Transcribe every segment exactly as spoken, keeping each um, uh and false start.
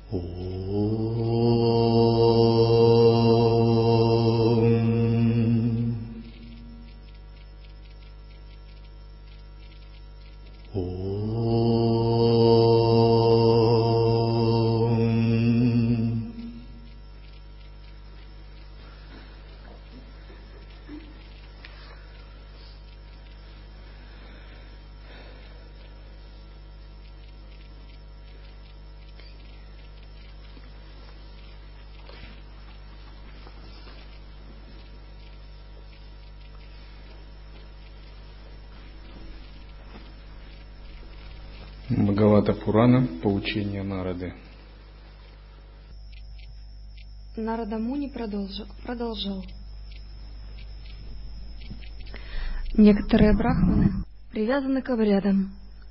Бхагавата Пурана, поучение Нарады. Нарада Муни продолжил, продолжал. Некоторые брахманы привязаны к обрядам,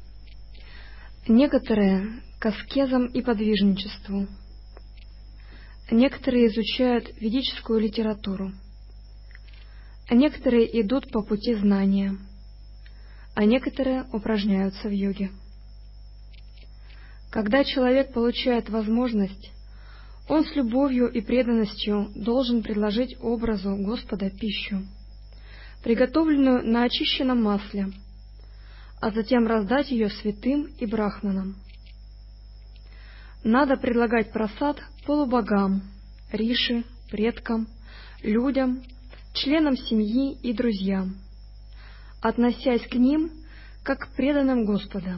некоторые к аскезам и подвижничеству, некоторые изучают ведическую литературу, а некоторые идут по пути знания, а некоторые упражняются в йоге. Когда человек получает возможность, он с любовью и преданностью должен предложить образу Господа пищу, приготовленную на очищенном масле, а затем раздать ее святым и брахманам. Надо предлагать прасад полубогам, риши, предкам, людям, членам семьи и друзьям, относясь к ним как к преданным Господа.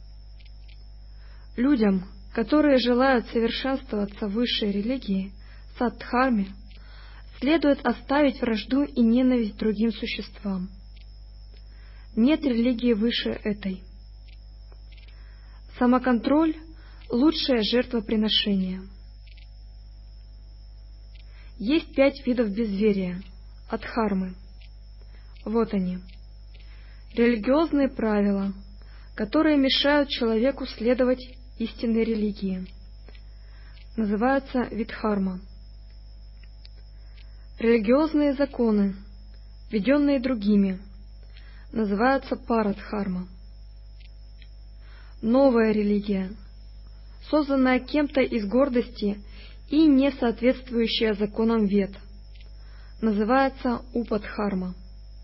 Людям, которые желают совершенствоваться в высшей религии, саддхарме, следует оставить вражду и ненависть к другим существам. Нет религии выше этой. Самоконтроль — лучшее жертвоприношение. Есть пять видов безверия, адхармы. Вот они. Религиозные правила, которые мешают человеку следовать истинной религии, называются виддхарма. Религиозные законы, введенные другими, называются парадхарма. Новая религия, созданная кем-то из гордости и не соответствующая законам вед, называется упадхарма.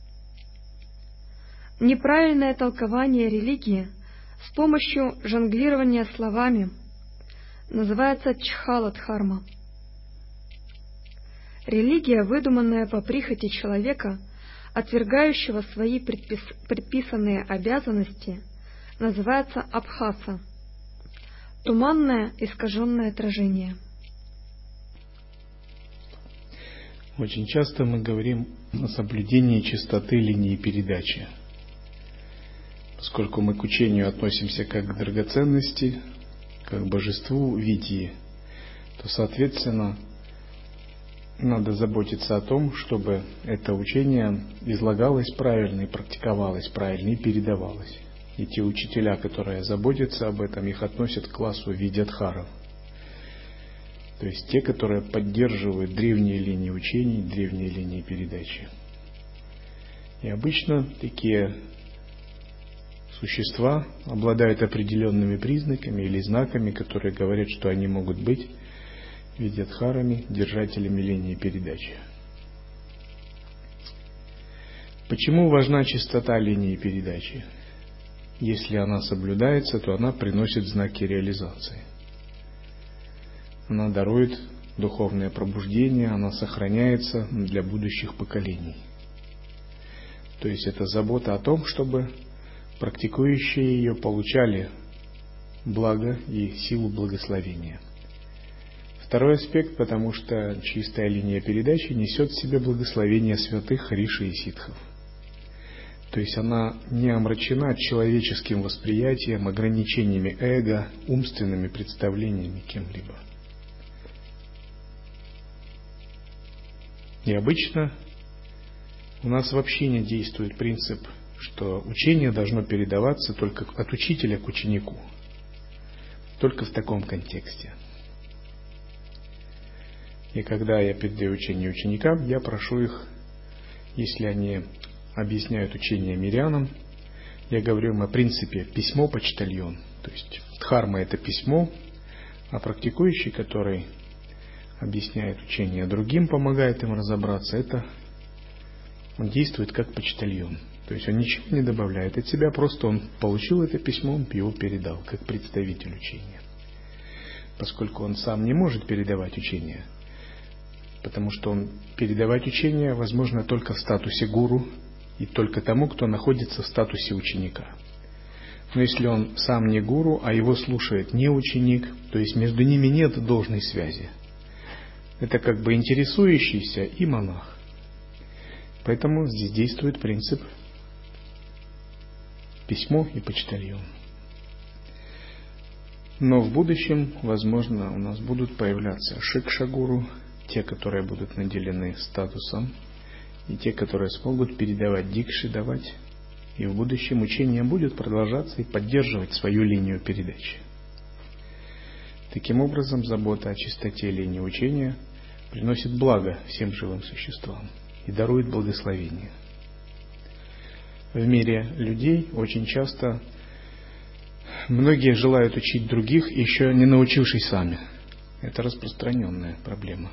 Неправильное толкование религии с помощью жонглирования словами называется чхаладхарма. Религия, выдуманная по прихоти человека, отвергающего свои предпис... предписанные обязанности, называется абхаса, туманное искаженное отражение. Очень часто мы говорим о соблюдении чистоты линии передачи. Поскольку мы к учению относимся как к драгоценности, как к божеству Видьи, то, соответственно, надо заботиться о том, чтобы это учение излагалось правильно и практиковалось правильно и передавалось. И те учителя, которые заботятся об этом, их относят к классу видьядхаров. То есть те, которые поддерживают древние линии учений, древние линии передачи. И обычно такие существа обладают определенными признаками или знаками, которые говорят, что они могут быть видьядхарами, держателями линии передачи. Почему важна чистота линии передачи? Если она соблюдается, то она приносит знаки реализации. Она дарует духовное пробуждение, она сохраняется для будущих поколений. То есть это забота о том, чтобы практикующие ее получали благо и силу благословения. Второй аспект, потому что чистая линия передачи несет в себе благословение святых риши и ситхов. То есть она не омрачена человеческим восприятием, ограничениями эго, умственными представлениями кем-либо. И обычно у нас вообще не действует принцип, что учение должно передаваться только от учителя к ученику. Только в таком контексте. И когда я передаю учение ученикам, я прошу их, если они объясняют учение мирянам, я говорю им о принципе письмо-почтальон. То есть дхарма — это письмо, А практикующий, который объясняет учение другим, помогает им разобраться, это он действует как почтальон. То есть он ничего не добавляет от себя, просто он получил это письмо, он его передал, как представитель учения. Поскольку он сам не может передавать учение, потому что он передавать учение возможно только в статусе гуру и только тому, кто находится в статусе ученика. Но если он сам не гуру, а его слушает не ученик, то есть между ними нет должной связи. Это как бы интересующийся и монах. Поэтому здесь действует принцип письмо и почтальон. Но в будущем, возможно, у нас будут появляться шикша-гуру, те, которые будут наделены статусом, и те, которые смогут передавать дикши, давать. И в будущем учение будет продолжаться и поддерживать свою линию передачи. Таким образом, забота о чистоте линии учения приносит благо всем живым существам и дарует благословение. В мире людей очень часто многие желают учить других, еще не научившись сами. Это распространенная проблема.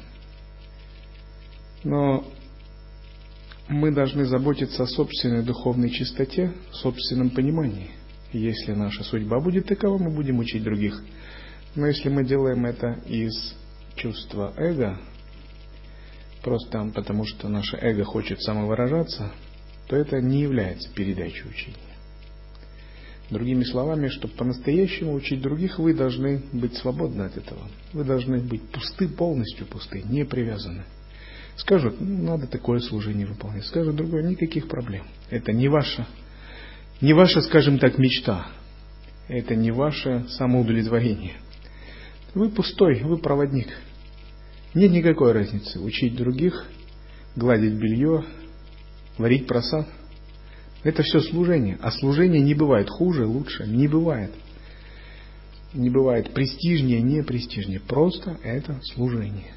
Но мы должны заботиться о собственной духовной чистоте, собственном понимании. И если наша судьба будет такова, мы будем учить других. Но если мы делаем это из чувства эго, просто потому что наше эго хочет самовыражаться, то это не является передачей учения. Другими словами, чтобы по-настоящему учить других, вы должны быть свободны от этого. Вы должны быть пусты, полностью пусты, не привязаны. Скажут, ну, надо такое служение выполнять. Скажут другое, никаких проблем. Это не ваша, не ваша, скажем так, мечта. Это не ваше самоудовлетворение. Вы пустой, вы проводник. Нет никакой разницы учить других, гладить белье, варить просад. Это все служение. А служение не бывает хуже, лучше. Не бывает. Не бывает престижнее, не престижнее. Просто это служение.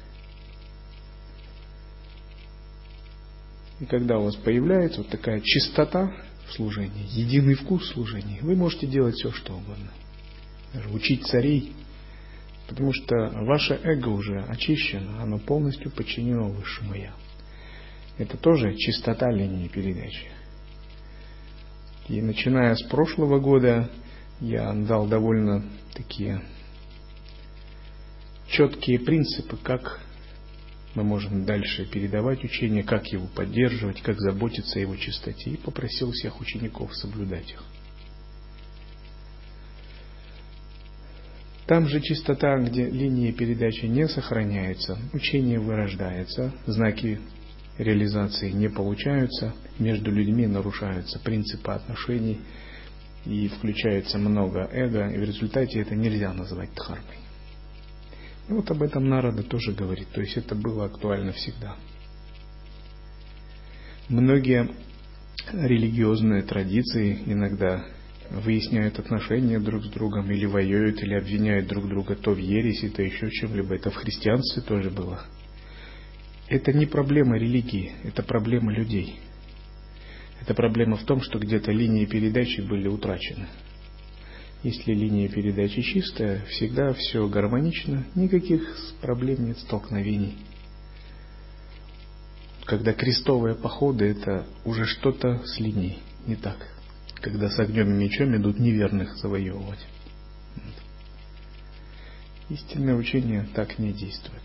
И когда у вас появляется вот такая чистота в служении, единый вкус в служении, вы можете делать все, что угодно. Даже учить царей. Потому что ваше эго уже очищено, оно полностью подчинено высшему Я. Это тоже чистота линии передачи. И начиная с прошлого года я дал довольно такие четкие принципы, как мы можем дальше передавать учение, как его поддерживать, как заботиться о его чистоте, и попросил всех учеников соблюдать их. Там же чистота, где линии передачи не сохраняются, учение вырождается, знаки реализации не получаются, между людьми нарушаются принципы отношений и включается много эго, и в результате это нельзя назвать дхармой. И вот об этом Нарада тоже говорит, то есть это было актуально всегда. Многие религиозные традиции иногда выясняют отношения друг с другом, или воюют, или обвиняют друг друга то в ереси, то еще чем-либо. Это в христианстве тоже было. Это не проблема религии, это проблема людей. Это проблема в том, что где-то линии передачи были утрачены. Если линия передачи чистая, всегда все гармонично, никаких проблем нет, столкновений. Когда крестовые походы, это уже что-то с линией, не так. Когда с огнем и мечом идут неверных завоевывать. Истинное учение так не действует.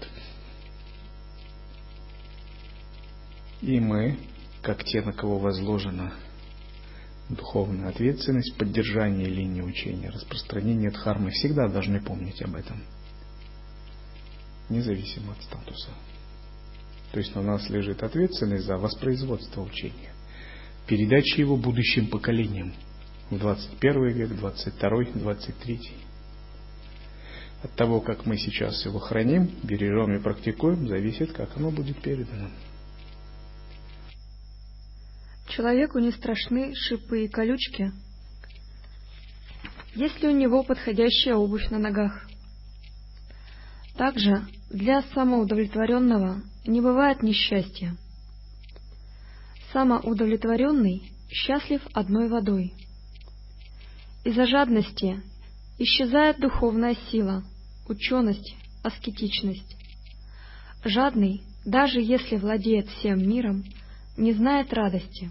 И мы, как те, на кого возложена духовная ответственность, поддержание линии учения, распространение дхармы, всегда должны помнить об этом, независимо от статуса. То есть на нас лежит ответственность за воспроизводство учения, передачу его будущим поколениям в двадцать первый век, двадцать второй, двадцать третий. От того, как мы сейчас его храним, бережем и практикуем, зависит, как оно будет передано. Человеку не страшны шипы и колючки, если у него подходящая обувь на ногах. Также для самоудовлетворенного не бывает несчастья. Самоудовлетворенный счастлив одной водой. Из-за жадности исчезает духовная сила, ученость, аскетичность. Жадный, даже если владеет всем миром, не знает радости.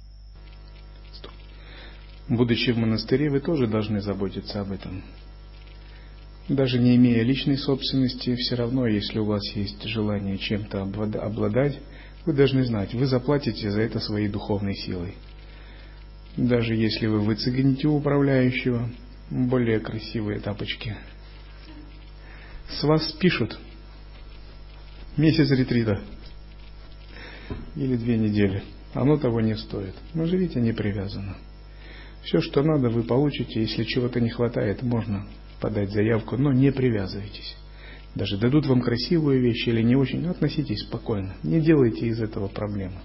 Будучи в монастыре, вы тоже должны заботиться об этом. Даже не имея личной собственности, все равно, если у вас есть желание чем-то обладать, вы должны знать, вы заплатите за это своей духовной силой. Даже если вы выцегните у управляющего более красивые тапочки, с вас спишут месяц ретрита или две недели. Оно того не стоит. Но живите не привязанно. Все, что надо, вы получите. Если чего-то не хватает, можно подать заявку, но не привязывайтесь. Даже дадут вам красивую вещь или не очень, относитесь спокойно. Не делайте из этого проблемы.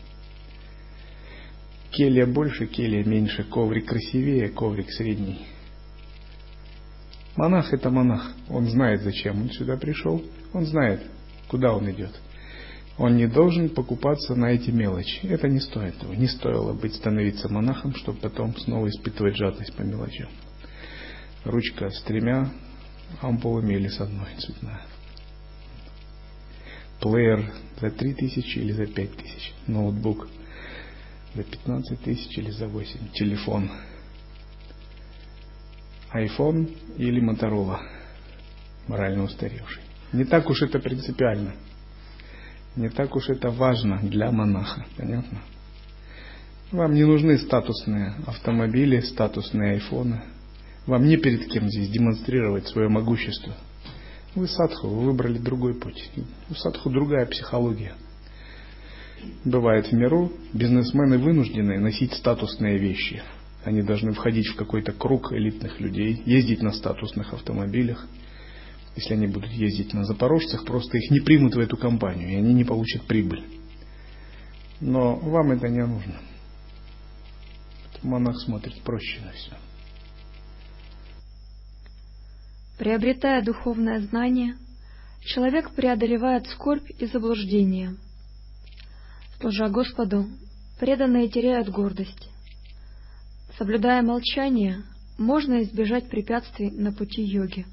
Келья больше, келья меньше, коврик красивее, коврик средний. Монах — это монах. Он знает, зачем он сюда пришел. Он знает, куда он идет. Он не должен покупаться на эти мелочи. Это не стоит того. Не стоило быть, становиться монахом, чтобы потом снова испытывать жадность по мелочам. Ручка с тремя ампулами или с одной цветная. Плеер за три тысячи или за пять тысяч. Ноутбук за пятнадцать тысяч или за восемь. Телефон. Айфон или Моторола. Морально устаревший. Не так уж это принципиально. Не так уж это важно для монаха. Понятно? Вам не нужны статусные автомобили, статусные айфоны. Вам не перед кем здесь демонстрировать свое могущество. Вы садху, вы выбрали другой путь. У садху другая психология. Бывает в миру, бизнесмены вынуждены носить статусные вещи. Они должны входить в какой-то круг элитных людей, ездить на статусных автомобилях. Если они будут ездить на запорожцах, просто их не примут в эту компанию, и они не получат прибыль. Но вам это не нужно. Монах смотрит проще на все. Приобретая духовное знание, человек преодолевает скорбь и заблуждение. Служа Господу, преданные теряют гордость. Соблюдая молчание, можно избежать препятствий на пути йоги.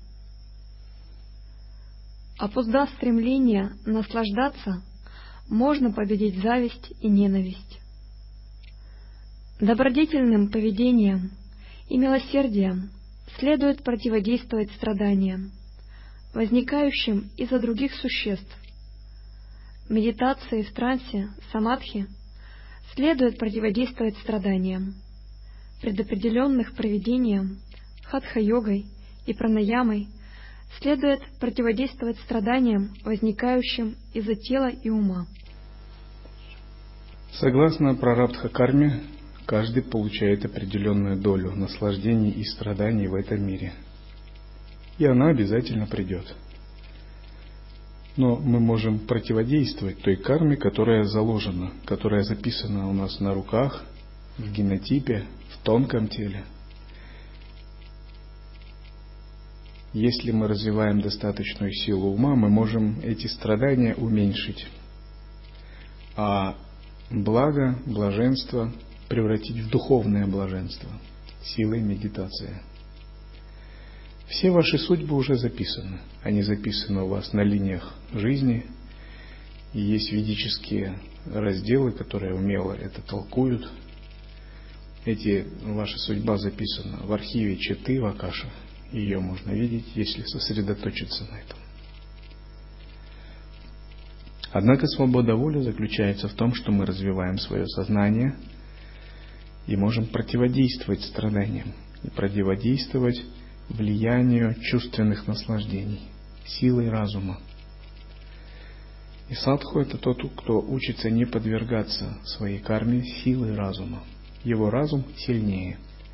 Опуздав стремление наслаждаться, можно победить зависть и ненависть. Добродетельным поведением и милосердием следует противодействовать страданиям, возникающим из-за других существ. Медитацией в трансе, самадхи, следует противодействовать страданиям, предопределенных проведением, хатха-йогой и пранаямой следует противодействовать страданиям, возникающим из-за тела и ума. Согласно прарабдха-карме, каждый получает определенную долю наслаждений и страданий в этом мире. И она обязательно придет. Но мы можем противодействовать той карме, которая заложена, которая записана у нас на руках, в генотипе, в тонком теле. Если мы развиваем достаточную силу ума, мы можем эти страдания уменьшить, а благо, блаженство превратить в духовное блаженство силой медитации. Все ваши судьбы уже записаны. Они записаны у вас на линиях жизни. И есть ведические разделы, которые умело это толкуют. Эти, ваша судьба записана в архиве Четы, в Акаше. Ее можно видеть, если сосредоточиться на этом. Однако свобода воли заключается в том, что мы развиваем свое сознание и можем противодействовать страданиям и противодействовать влиянию чувственных наслаждений силой разума. И садху — это тот, кто учится не подвергаться своей карме силой разума. Его разум сильнее.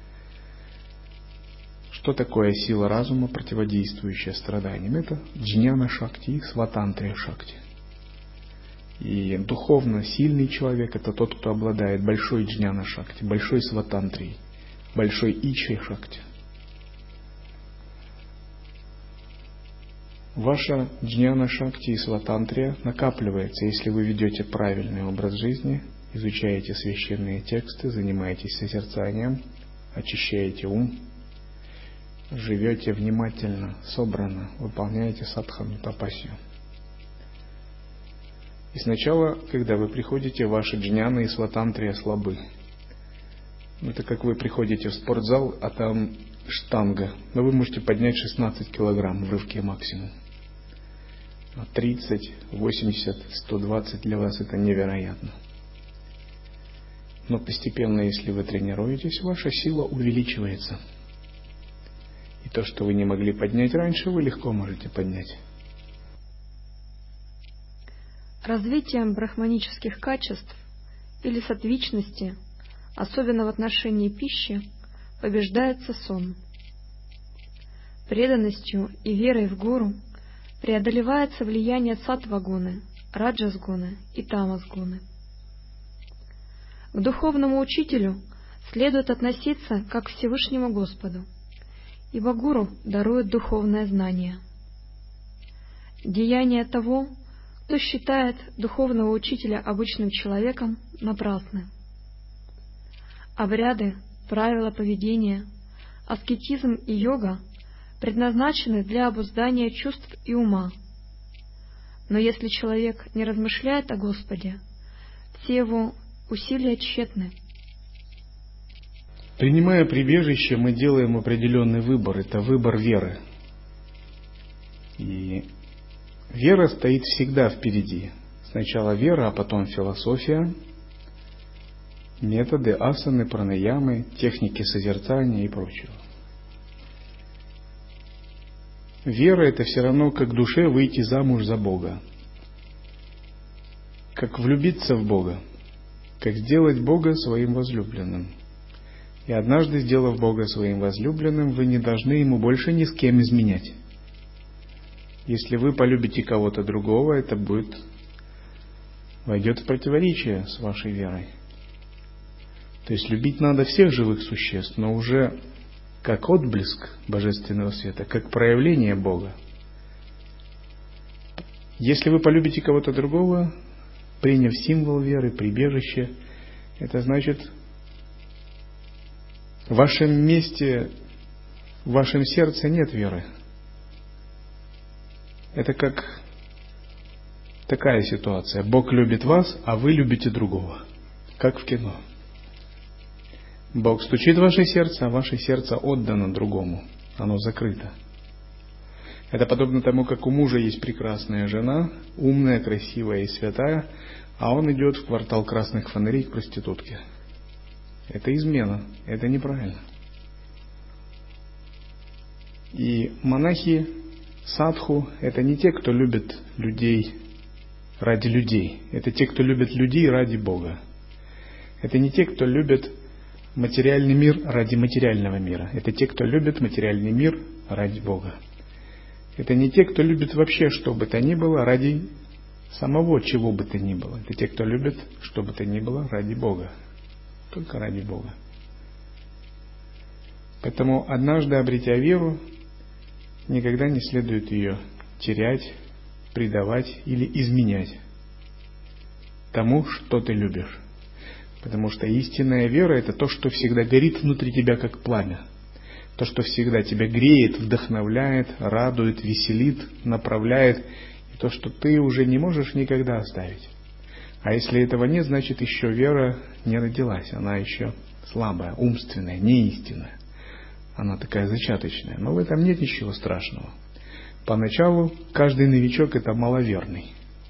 Что такое сила разума, противодействующая страданиям? Это джняна-шакти и сватантрия-шакти. И духовно сильный человек — это тот, кто обладает большой джняна-шакти, большой сватантрией, большой иччей-шакти. Ваша джняна-шакти и сватантрия накапливается, если вы ведете правильный образ жизни, изучаете священные тексты, занимаетесь созерцанием, очищаете ум, живете внимательно, собранно, выполняете садхану тапасию. И сначала, когда вы приходите, ваши джняны и сватантрия слабы. Это как вы приходите в спортзал, а там штанга. Но вы можете поднять шестнадцать килограмм в рывке максимум. А тридцать, восемьдесят, сто двадцать для вас это невероятно. Но постепенно, если вы тренируетесь, ваша сила увеличивается. И то, что вы не могли поднять раньше, вы легко можете поднять. Развитием брахманических качеств или саттвичности, особенно в отношении пищи, побеждается сон. Преданностью и верой в гуру преодолевается влияние саттва-гуны, раджас-гуны и тамас-гуны. К духовному учителю следует относиться как к Всевышнему Господу, ибо гуру дарует духовное знание. Деяния того, кто считает духовного учителя обычным человеком, напрасны. Обряды, правила поведения, аскетизм и йога предназначены для обуздания чувств и ума. Но если человек не размышляет о Господе, все его усилия тщетны. Принимая прибежище, мы делаем определенный выбор. Это выбор веры. И вера стоит всегда впереди. Сначала вера, а потом философия, методы, асаны, пранаямы, техники созерцания и прочего. Вера — это все равно как душе выйти замуж за Бога. Как влюбиться в Бога. Как сделать Бога своим возлюбленным. И однажды, сделав Бога своим возлюбленным, вы не должны Ему больше ни с кем изменять. Если вы полюбите кого-то другого, это будет, войдет в противоречие с вашей верой. То есть любить надо всех живых существ, но уже как отблеск божественного света, как проявление Бога. Если вы полюбите кого-то другого, приняв символ веры, прибежище, это значит, в вашем месте, в вашем сердце нет веры. Это как такая ситуация. Бог любит вас, а вы любите другого. Как в кино. Бог стучит в ваше сердце, а ваше сердце отдано другому. Оно закрыто. Это подобно тому, как у мужа есть прекрасная жена, умная, красивая и святая, а он идет в квартал красных фонарей к проститутке. Это измена, это неправильно. И монахи садху — это не те, кто любит людей ради людей. Это те, кто любит людей ради Бога. Это не те, кто любит материальный мир ради материального мира. Это те, кто любит материальный мир ради Бога. Это не те, кто любит вообще что бы то ни было ради самого чего бы то ни было. Это те, кто любит что бы то ни было ради Бога. Только ради Бога. Поэтому однажды, обретя веру, никогда не следует ее терять, предавать или изменять тому, что ты любишь. Потому что истинная вера — это то, что всегда горит внутри тебя, как пламя. То, что всегда тебя греет, вдохновляет, радует, веселит, направляет. И то, что ты уже не можешь никогда оставить. А если этого нет, значит еще вера не родилась. Она еще слабая, умственная, неистинная. Она такая зачаточная. Но в этом нет ничего страшного. Поначалу каждый новичок — это маловерный.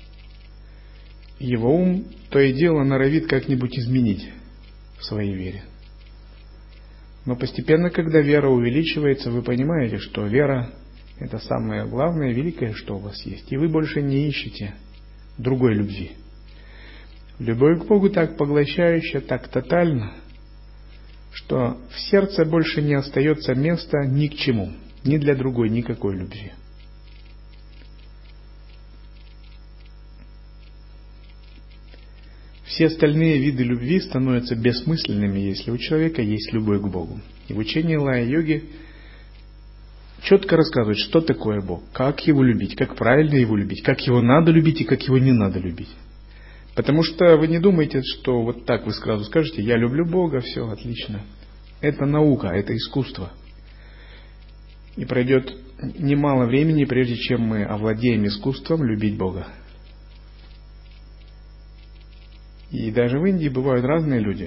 Его ум то и дело норовит как-нибудь изменить в своей вере. Но постепенно, когда вера увеличивается, вы понимаете, что вера — это самое главное, великое, что у вас есть. И вы больше не ищете другой любви. Любовь к Богу так поглощающая, так тотально, что в сердце больше не остается места ни к чему, ни для другой никакой любви. Все остальные виды любви становятся бессмысленными, если у человека есть любовь к Богу. И в учении лая-йоги четко рассказывает, что такое Бог, как Его любить, как правильно Его любить, как Его надо любить и как Его не надо любить. Потому что вы не думаете, что вот так вы сразу скажете: я люблю Бога, все отлично. Это наука, это искусство. И пройдет немало времени, прежде чем мы овладеем искусством любить Бога. И даже в Индии бывают разные люди.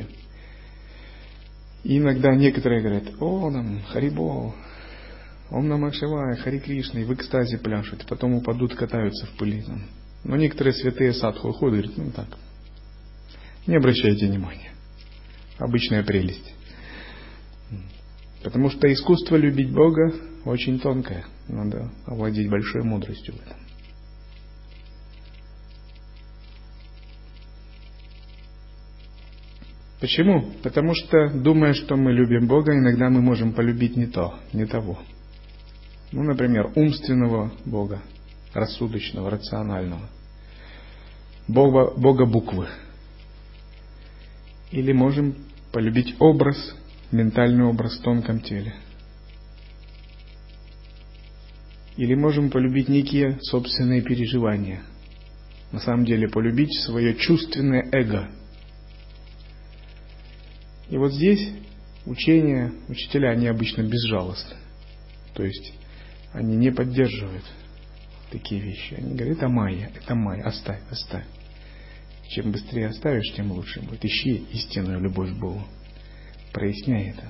И иногда некоторые говорят: о, нам Харибол, Ом Намах Шивая, Хари Кришна, и в экстазе пляшут, потом упадут, катаются в пыли. Но некоторые святые садху ходят и говорят: ну так, не обращайте внимания. Обычная прелесть. Потому что искусство любить Бога очень тонкое. Надо овладеть большой мудростью в этом. Почему? Потому что, думая, что мы любим Бога, иногда мы можем полюбить не то, не того. Ну, например, умственного Бога, рассудочного, рационального. Бога, Бога буквы. Или можем полюбить образ, ментальный образ в тонком теле. Или можем полюбить некие собственные переживания. На самом деле полюбить свое чувственное эго. И вот здесь учения, учителя, они обычно безжалостны. То есть они не поддерживают такие вещи. Они говорят: это майя, это майя, оставь, оставь. Чем быстрее оставишь, тем лучше будет. Ищи истинную любовь к Богу. Проясняй это.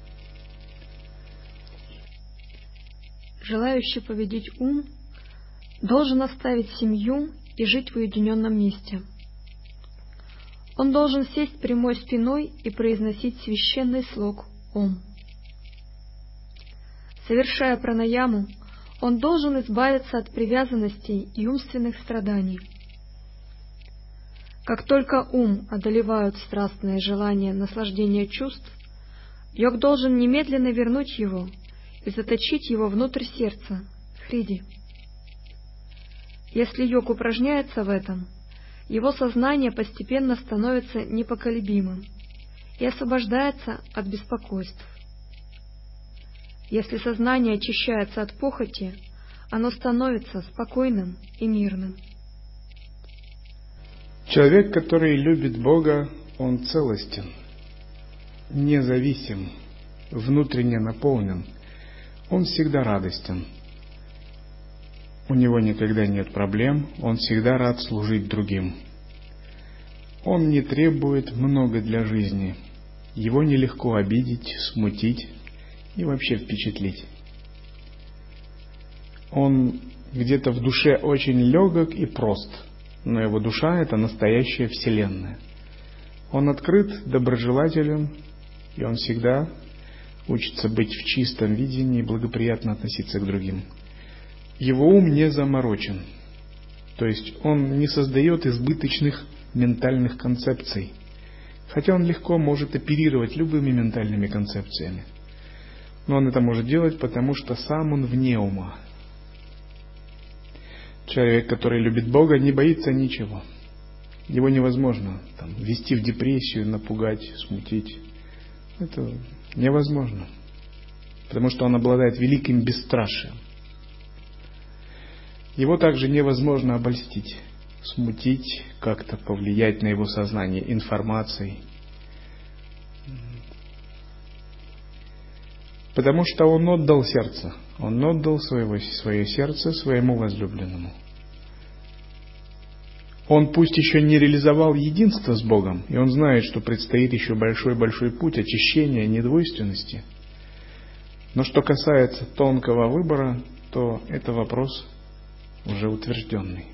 Желающий победить ум должен оставить семью и жить в уединенном месте. Он должен сесть прямой спиной и произносить священный слог Ом. Совершая пранаяму, он должен избавиться от привязанностей и умственных страданий. Как только ум одолевают страстные желания наслаждения чувств, йог должен немедленно вернуть его и заточить его внутрь сердца, хриди. Если йог упражняется в этом, его сознание постепенно становится непоколебимым и освобождается от беспокойств. Если сознание очищается от похоти, оно становится спокойным и мирным. Человек, который любит Бога, он целостен, независим, внутренне наполнен. Он всегда радостен. У него никогда нет проблем, он всегда рад служить другим. Он не требует много для жизни. Его нелегко обидеть, смутить и вообще впечатлить. Он где-то в душе очень легок и прост, но его душа — это настоящая вселенная. Он открыт, доброжелателен, и он всегда учится быть в чистом видении и благоприятно относиться к другим. Его ум не заморочен, то есть он не создает избыточных ментальных концепций, хотя он легко может оперировать любыми ментальными концепциями. Но он это может делать, потому что сам он вне ума. Человек, который любит Бога, не боится ничего. Его невозможно там ввести в депрессию, напугать, смутить. Это невозможно, потому что он обладает великим бесстрашием. Его также невозможно обольстить, смутить, как-то повлиять на его сознание информацией. Потому что он отдал сердце, он отдал своего, свое сердце своему возлюбленному. Он пусть еще не реализовал единство с Богом, и он знает, что предстоит еще большой-большой путь очищения, недвойственности. Но что касается тонкого выбора, то это вопрос уже утвержденный.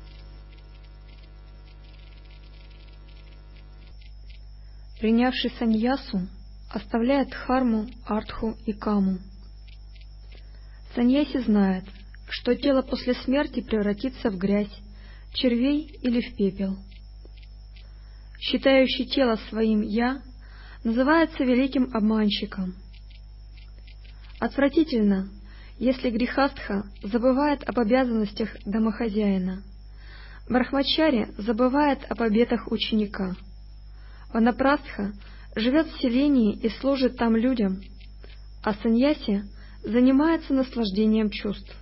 Принявший саньясу оставляет дхарму, артху и каму. Саньяси знает, что тело после смерти превратится в грязь, червей или в пепел. Считающий тело своим «я» называется великим обманщиком. Отвратительно, если грехастха забывает об обязанностях домохозяина. Брахмачари забывает об обетах ученика. Ванапрастха живет в селении и служит там людям, а саньяси занимается наслаждением чувств.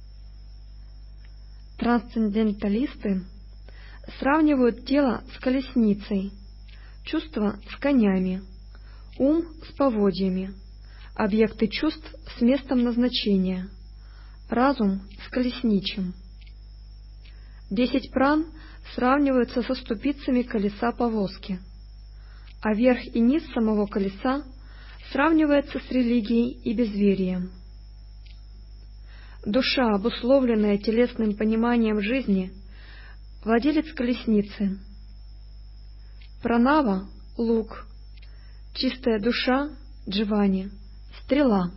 Трансценденталисты сравнивают тело с колесницей, чувства с конями, ум с поводьями, объекты чувств с местом назначения, разум с колесничем. Десять пран сравниваются со ступицами колеса повозки, а верх и низ самого колеса сравнивается с религией и безверием. Душа, обусловленная телесным пониманием жизни, владелец колесницы. Пранава — лук, чистая душа — дживани, стрела.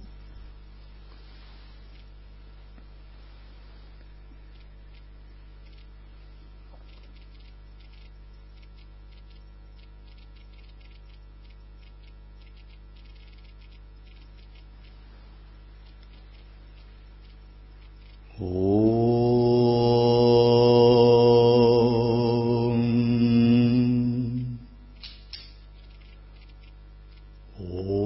Om.